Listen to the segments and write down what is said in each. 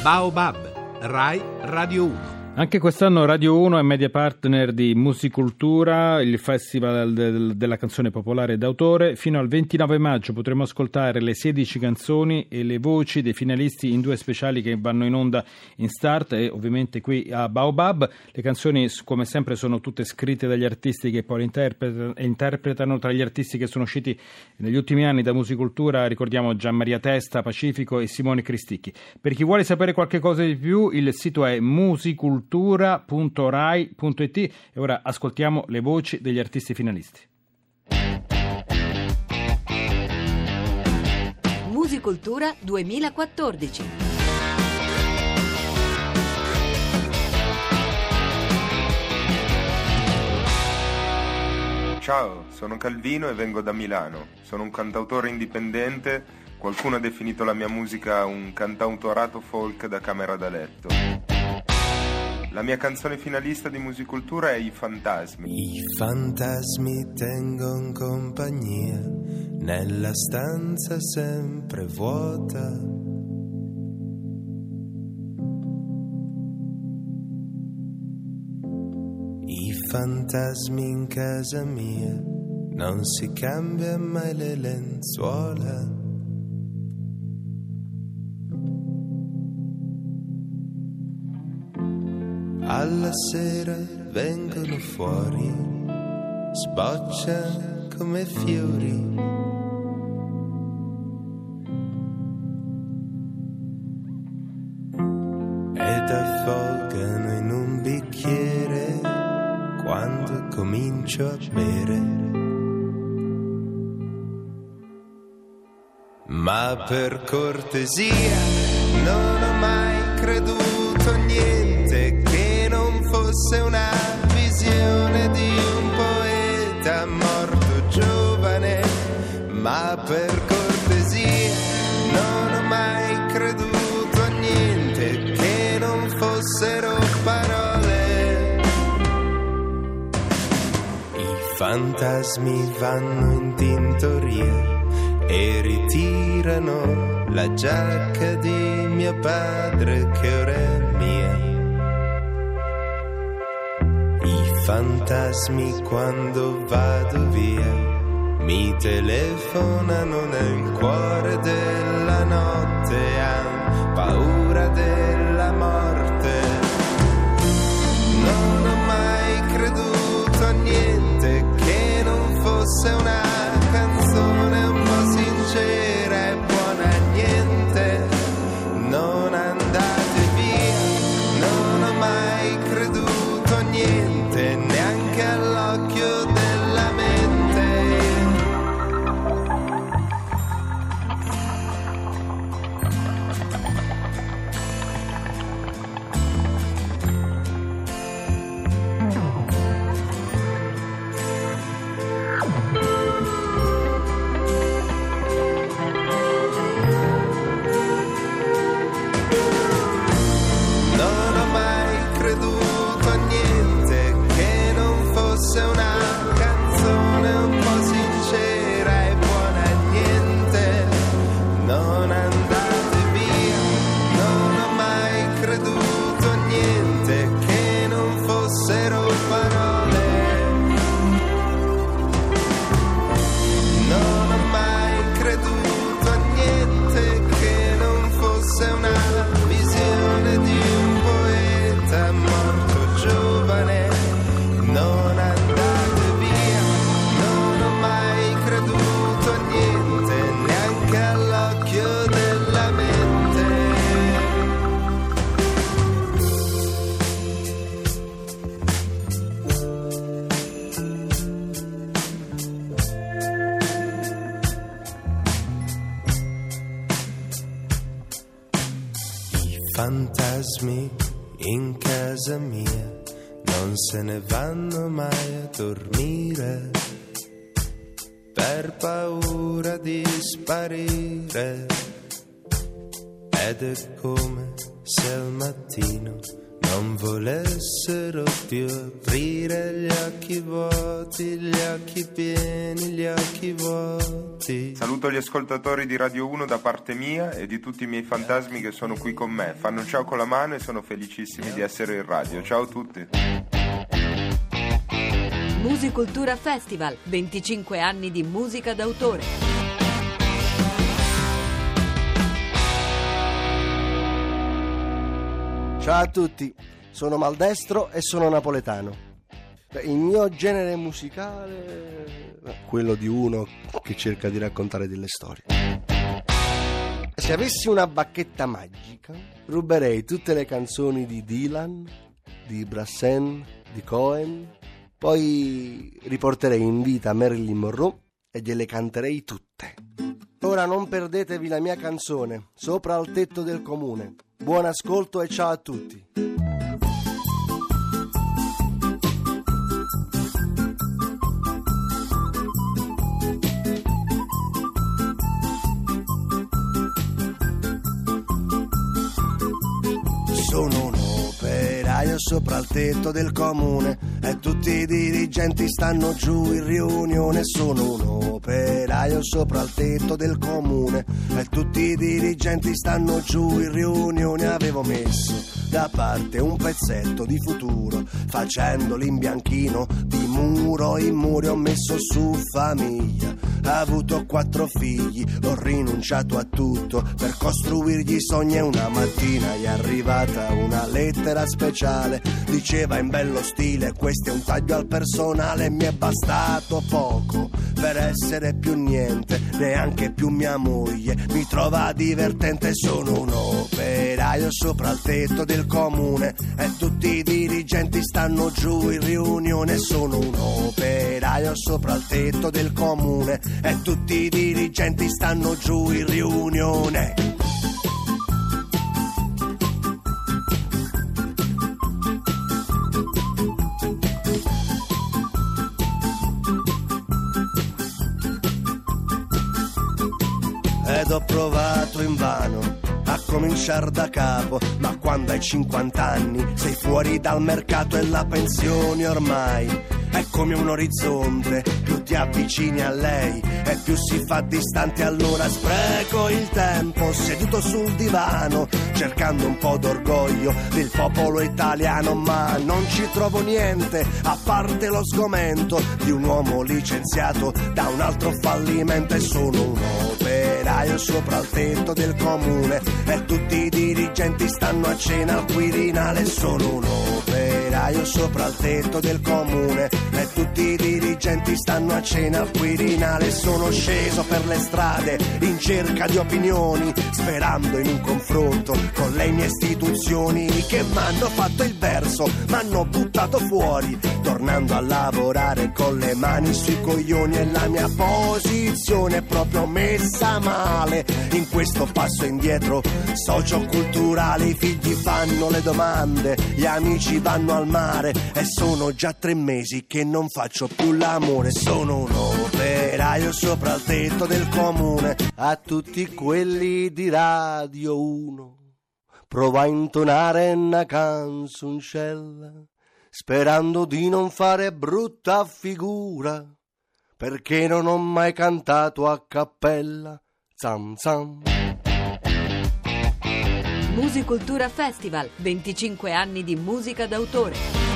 Baobab, Rai Radio 1. Anche quest'anno Radio 1 è media partner di Musicultura, il festival della canzone popolare d'autore. Fino al 29 maggio potremo ascoltare le 16 canzoni e le voci dei finalisti in 2 speciali che vanno in onda in Start e ovviamente qui a Baobab. Le canzoni, come sempre, sono tutte scritte dagli artisti che poi interpretano. Tra gli artisti che sono usciti negli ultimi anni da Musicultura ricordiamo Gianmaria Testa, Pacifico e Simone Cristicchi. Per chi vuole sapere qualche cosa di più, il sito è musicultura.rai.it e ora ascoltiamo le voci degli artisti finalisti. Musicultura 2014. Ciao, sono Calvino e vengo da Milano. Sono un cantautore indipendente. Qualcuno ha definito la mia musica un cantautorato folk da camera da letto. La mia canzone finalista di Musicultura è I Fantasmi. I fantasmi tengon compagnia nella stanza sempre vuota. I fantasmi in casa mia non si cambia mai le lenzuola. Alla sera vengono fuori, sboccia come fiori. Ed affogano in un bicchiere quando comincio a bere. Ma per cortesia non ho mai creduto a niente che non fosse una visione di un poeta morto giovane. Ma per cortesia non ho mai creduto a niente che non fossero parole. I fantasmi vanno in tintoria e ritirano la giacca di mio padre che ora è mia. I fantasmi quando vado via mi telefonano nel cuore della notte, han paura della morte. Non ho mai creduto a niente che non fosse una canzone un po' sincera e buona a niente. Non andate via, non ho mai creduto a niente, neanche all'occhio della mente. Non ho mai creduto a niente che non fosse una canzone un po' sincera e buona a niente. Non andate via, non ho mai creduto a niente che non fossero parole. Non ho mai creduto a niente che non fosse una visione di un poeta morto giovane. Non andate via, non ho mai creduto a niente, neanche all'occhio della mente. I fantasmi in casa mia non se ne vanno mai a dormire per paura di sparire. Ed è come se al mattino non volessero più aprire gli occhi vuoti, gli occhi pieni, gli occhi vuoti. Saluto gli ascoltatori di Radio 1 da parte mia e di tutti i miei fantasmi che sono qui con me. Fanno un ciao con la mano e sono felicissimi di essere in radio. Ciao a tutti. Musicultura Festival, 25 anni di musica d'autore. Ciao a tutti, sono Maldestro e sono napoletano. Il mio genere musicale è quello di uno che cerca di raccontare delle storie. Se avessi una bacchetta magica, ruberei tutte le canzoni di Dylan, di Brassens, di Cohen, poi riporterei in vita Marilyn Monroe e gliele canterei tutte. Ora non perdetevi la mia canzone, Sopra al tetto del comune. Buon ascolto e ciao a tutti. Sono un operaio sopra il tetto del comune e tutti i dirigenti stanno giù in riunione. Sono un operaio sopra il tetto del comune e tutti i dirigenti stanno giù in riunione. Avevo messo da parte un pezzetto di futuro, facendolo in bianchino, di muro in muro ho messo su famiglia. Ho avuto 4 figli, ho rinunciato a tutto per costruirgli sogni e una mattina è arrivata una lettera speciale. Diceva in bello stile: questo è un taglio al personale. Mi è bastato poco per essere più niente, neanche più mia moglie mi trova divertente. Sono un operaio sopra il tetto del comune e tutti i dirigenti stanno giù in riunione. Sono un operaio sopra il tetto del comune e tutti i dirigenti stanno giù in riunione. Ed ho provato invano a cominciare da capo, ma quando hai 50 anni sei fuori dal mercato e la pensione ormai è come un orizzonte. Più ti avvicini a lei e più si fa distante. Allora spreco il tempo seduto sul divano cercando un po' d'orgoglio del popolo italiano, ma non ci trovo niente a parte lo sgomento di un uomo licenziato da un altro fallimento. E sono un operaio sopra il tetto del comune e tutti i dirigenti stanno a cena al Quirinale. Sono un operaio sopra il tetto del comune e tutti i dirigenti stanno a cena al Quirinale. Sono sceso per le strade in cerca di opinioni, sperando in un confronto con le mie istituzioni che m'hanno fatto il verso, m'hanno buttato fuori, tornando a lavorare con le mani sui coglioni. E la mia posizione è proprio messa male in questo passo indietro socioculturale. I figli fanno le domande, gli amici vanno al mare e sono già 3 mesi che non faccio più l'amore. Sono un operaio sopra il tetto del comune. A tutti quelli di Radio 1 provo a intonare una canzoncella, sperando di non fare brutta figura, perché non ho mai cantato a cappella. Zam zam. Musicultura Festival, 25 anni di musica d'autore.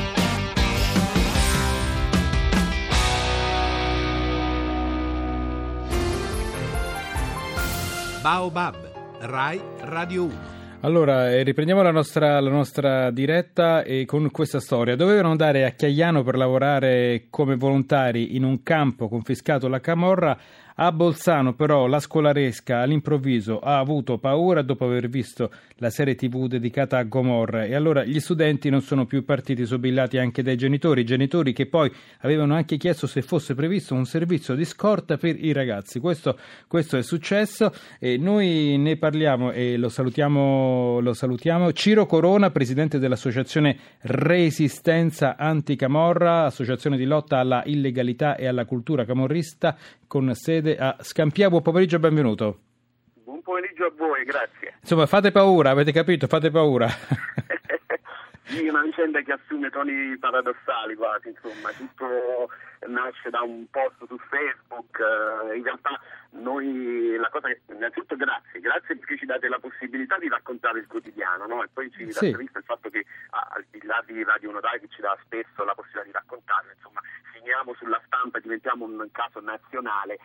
Baobab, Rai Radio 1. Allora, riprendiamo la nostra diretta e con questa storia. Dovevano andare a Chiaiano per lavorare come volontari in un campo confiscato alla camorra. A Bolzano però la scolaresca all'improvviso ha avuto paura dopo aver visto la serie TV dedicata a Gomorra e allora gli studenti non sono più partiti sobillati anche dai genitori che poi avevano anche chiesto se fosse previsto un servizio di scorta per i ragazzi. Questo è successo e noi ne parliamo e lo salutiamo. Ciro Corona, presidente dell'associazione Resistenza Anticamorra, associazione di lotta alla illegalità e alla cultura camorrista con sede a Scampia. Buon pomeriggio e benvenuto. Buon pomeriggio a voi, grazie. Insomma, fate paura, avete capito? Fate paura. Sì, vicenda che assume toni paradossali quasi, insomma, tutto nasce da un post su Facebook, in realtà noi la cosa che, innanzitutto grazie perché ci date la possibilità di raccontare il quotidiano, no? E poi ci dà visto il fatto che al di là di Radio 1 Rai che ci dà spesso la possibilità di raccontarlo, insomma, finiamo sulla stampa e diventiamo un caso nazionale,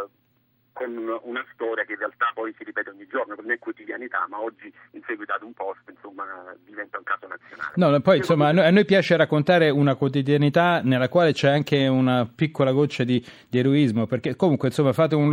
con una storia che in realtà poi si ripete ogni giorno, non è quotidianità, ma oggi in seguito ad un post, insomma, diventa un caso nazionale. No, poi insomma a noi piace raccontare una quotidianità nella quale c'è anche una piccola goccia di eroismo, perché comunque insomma fate un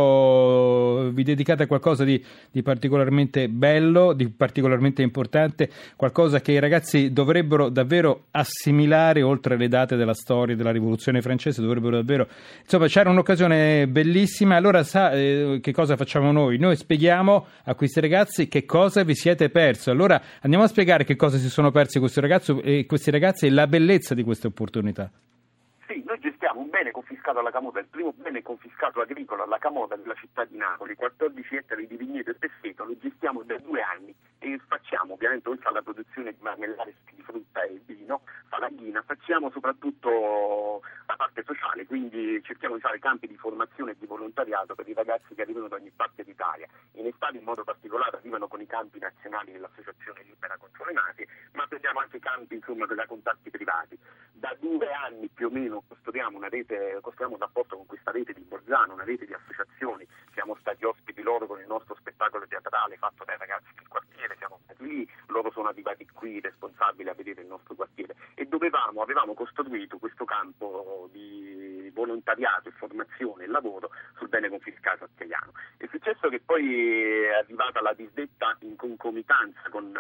lavoro, vi dedicate a qualcosa di particolarmente bello, di particolarmente importante, qualcosa che i ragazzi dovrebbero davvero assimilare oltre le date della storia della Rivoluzione francese, dovrebbero davvero, insomma c'era un'occasione bellissima. Allora che cosa facciamo noi? Noi spieghiamo a questi ragazzi che cosa vi siete persi. Allora andiamo a spiegare che cosa si sono persi questi ragazzi e la bellezza di queste opportunità. Sì, noi gestiamo un bene confiscato alla Camota, il primo bene confiscato agricolo alla Camota della città di Napoli, 14 ettari di vigneto e pesceto, lo gestiamo da 2 anni e facciamo, ovviamente oltre alla produzione di marmellate di frutta e vino, falaghina, facciamo soprattutto la parte sociale, quindi cerchiamo di fare campi di formazione e di volontariato per i ragazzi che arrivano da ogni parte d'Italia. In estate in modo particolare arrivano con i campi nazionali dell'Associazione Libera contro le Mafie, ma prendiamo anche campi insomma da contatti privati. Da 2 anni più o meno costruiamo un rapporto con questa rete di Bolzano, una rete di associazioni, siamo stati ospiti loro con il nostro spettacolo teatrale fatto dai ragazzi del quartiere, siamo stati lì, loro sono arrivati qui responsabili a vedere il nostro quartiere e avevamo costruito questo campo di volontariato, formazione e lavoro sul bene confiscato a Caiano. È successo che poi è arrivata la disdetta in concomitanza con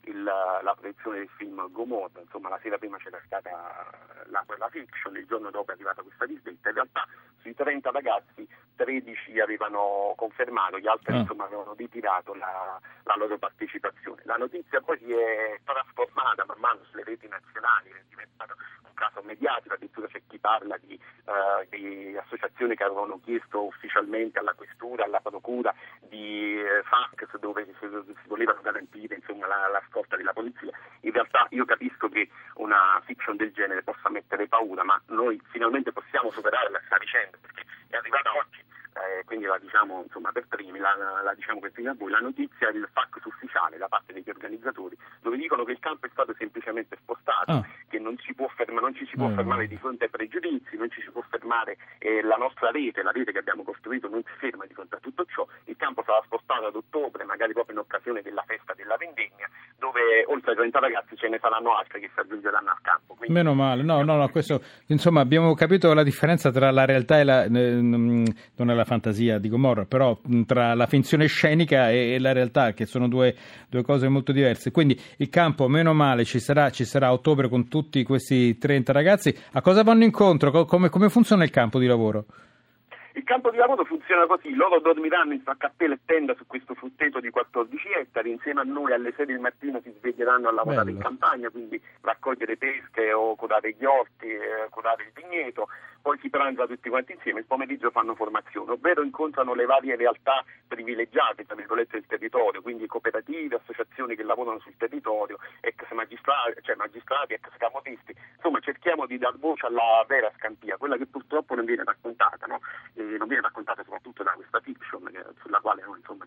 la proiezione del film Gomorra, insomma la sera prima c'era stata quella fiction, il giorno dopo è arrivata questa disdetta. In realtà sui 30 ragazzi 13 avevano confermato, gli altri insomma avevano ritirato la loro partecipazione. La notizia poi si è trasformata man mano sulle reti nazionali, è diventato un caso mediatico, addirittura c'è chi parla di associazioni che avevano chiesto ufficialmente alla questura, alla procura di fax dove si volevano garantire insomma la scorta della polizia. In realtà io capisco che una fiction del genere possa mettere paura, ma noi finalmente possiamo superare questa vicenda perché è arrivata oggi. Quindi la diciamo insomma per primi, la diciamo per primi a voi, la notizia del fax ufficiale da parte degli organizzatori, dove dicono che il campo è stato semplicemente spostato, che non ci si può fermare di fronte ai pregiudizi, non ci si può fermare la nostra rete, la rete che abbiamo costruito non si ferma di fronte a tutto ciò, il campo sarà spostato ad ottobre, magari proprio in occasione della festa della vendemmia, dove oltre ai 30 ragazzi ce ne saranno altri che si aggiungeranno al campo. Quindi, meno male, no, questo insomma abbiamo capito la differenza tra la realtà e non è la fantasia di Gomorra, però tra la finzione scenica e la realtà, che sono due cose molto diverse. Quindi il campo, meno male, ci sarà a ottobre con tutti questi 30 ragazzi. A cosa vanno incontro? Come funziona il campo di lavoro? Il campo di lavoro funziona così, loro dormiranno in cappella e tenda su questo frutteto di 14 ettari, insieme a noi alle 6 del mattino si sveglieranno a lavorare in campagna, quindi raccogliere pesche o curare gli orti, curare il vigneto, poi si pranza tutti quanti insieme, il pomeriggio fanno formazione, ovvero incontrano le varie realtà privilegiate, tra virgolette, del territorio, quindi cooperative, associazioni che lavorano sul territorio, ex magistrati, ex camotisti, insomma cerchiamo di dar voce alla vera Scampia, quella che purtroppo non viene raccontata, no? Non viene raccontata soprattutto da questa fiction sulla quale noi insomma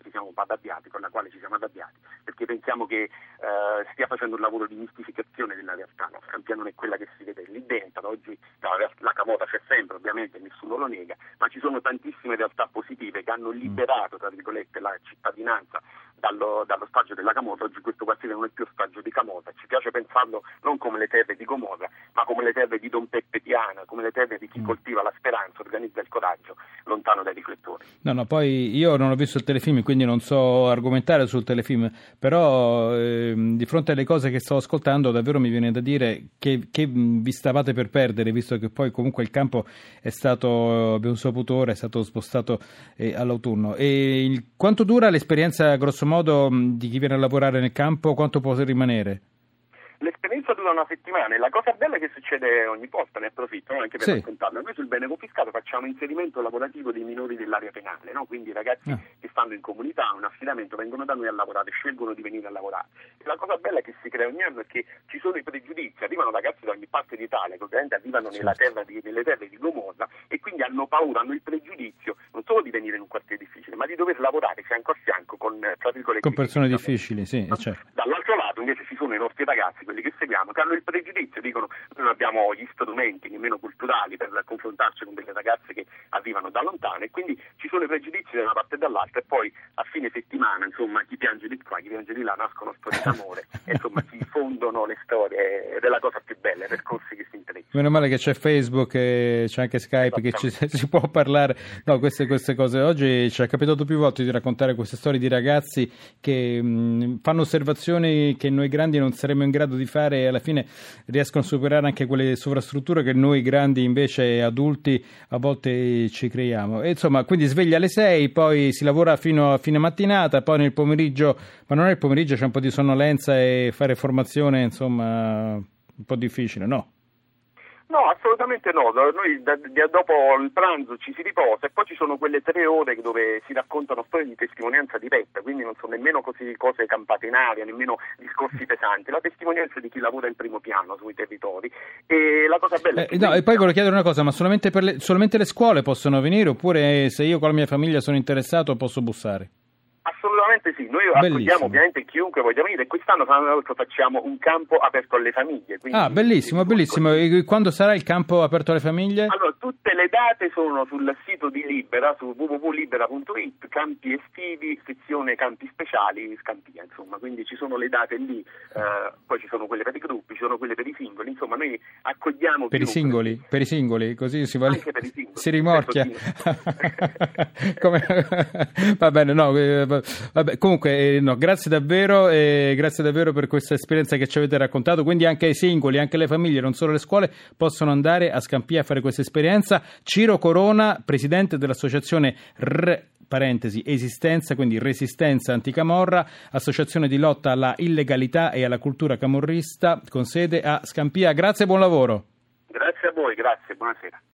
con la quale ci siamo arrabbiati, perché pensiamo che stia facendo un lavoro di mistificazione della realtà, no? Scampia non è quella che si vede lì dentro, oggi la Camota c'è sempre, ovviamente nessuno lo nega, ma ci sono tantissime realtà positive che hanno liberato, tra virgolette, la cittadinanza dallo stagio della Camota. Oggi questo quartiere non è più stagio di Camota, ci piace pensarlo non come le terre di Gomorra, ma come le terre di Don Peppe Diana, come le terre di chi coltiva la speranza, organizza il coraggio, lontano dai riflettori. No, poi io non ho visto il telefilm, quindi non so argomentare sul telefilm, però di fronte alle cose che sto ascoltando davvero mi viene da dire che vi stavate per perdere, visto che poi comunque il campo è stato, abbiamo saputo ora, è stato spostato all'autunno. E quanto dura l'esperienza, grosso modo, di chi viene a lavorare nel campo? Quanto può rimanere? L'esperienza questo dura una settimana e la cosa bella è che succede ogni volta, ne approfitto anche per raccontarlo. Noi sul bene confiscato facciamo inserimento lavorativo dei minori dell'area penale, no? Quindi i ragazzi che stanno in comunità, un affidamento, vengono da noi a lavorare, scelgono di venire a lavorare. E la cosa bella che si crea ogni anno è che ci sono i pregiudizi, arrivano ragazzi da ogni parte d'Italia, che ovviamente arrivano nelle terre di Gomorra e quindi hanno paura, hanno il pregiudizio non solo di venire in un quartiere difficile, ma di dover lavorare fianco a fianco con, tra virgolette, con persone difficili, sì, certo. Dall'altro lato invece ci sono i nostri ragazzi, quelli che seguiamo, che hanno il pregiudizio, dicono noi non abbiamo gli strumenti nemmeno culturali per confrontarci con delle ragazze che arrivano da lontano e quindi ci sono i pregiudizi da una parte e dall'altra e poi a fine settimana, insomma, chi piange di qua, chi piange di là, nascono storie d'amore e insomma si fondono le storie ed è la cosa più bella, i percorsi che si intrecciano. Meno male che c'è Facebook e c'è anche Skype che si può parlare. No, queste cose. Oggi ci è capitato più volte di raccontare queste storie di ragazzi che fanno osservazioni che noi grandi non saremmo in grado di fare e alla fine riescono a superare anche quelle sovrastrutture che noi grandi invece adulti a volte ci creiamo. E insomma, quindi sveglia alle 6, poi si lavora fino a fine mattinata, poi nel pomeriggio, ma non è il pomeriggio, c'è un po' di sonnolenza e fare formazione, insomma, un po' difficile, no? No, assolutamente no, noi dopo il pranzo ci si riposa e poi ci sono quelle 3 ore dove si raccontano storie di testimonianza diretta, quindi non sono nemmeno così cose campate in aria, nemmeno discorsi pesanti, la testimonianza di chi lavora in primo piano sui territori e la cosa bella è che... No, e poi volevo chiedere una cosa, ma solamente le scuole possono venire oppure se io con la mia famiglia sono interessato posso bussare? Assolutamente sì, noi accogliamo ovviamente chiunque voglia venire e quest'anno tra l'altro facciamo un campo aperto alle famiglie. Bellissimo. E quando sarà il campo aperto alle famiglie? Allora, tutte le date sono sul sito di Libera, su www.libera.it, campi estivi, sezione campi speciali, Scampia, insomma, quindi ci sono le date lì, poi ci sono quelle per i gruppi, ci sono quelle per i singoli, insomma noi accogliamo per i singoli, così si va lì, anche per i singoli, si rimorchia. Va bene, no, vabbè, comunque no, grazie davvero per questa esperienza che ci avete raccontato. Quindi anche i singoli, anche le famiglie, non solo le scuole, possono andare a Scampia a fare questa esperienza. Ciro Corona, presidente dell'associazione Esistenza, quindi Resistenza Anticamorra, associazione di lotta alla illegalità e alla cultura camorrista con sede a Scampia. Grazie e buon lavoro. Grazie a voi, grazie, buonasera.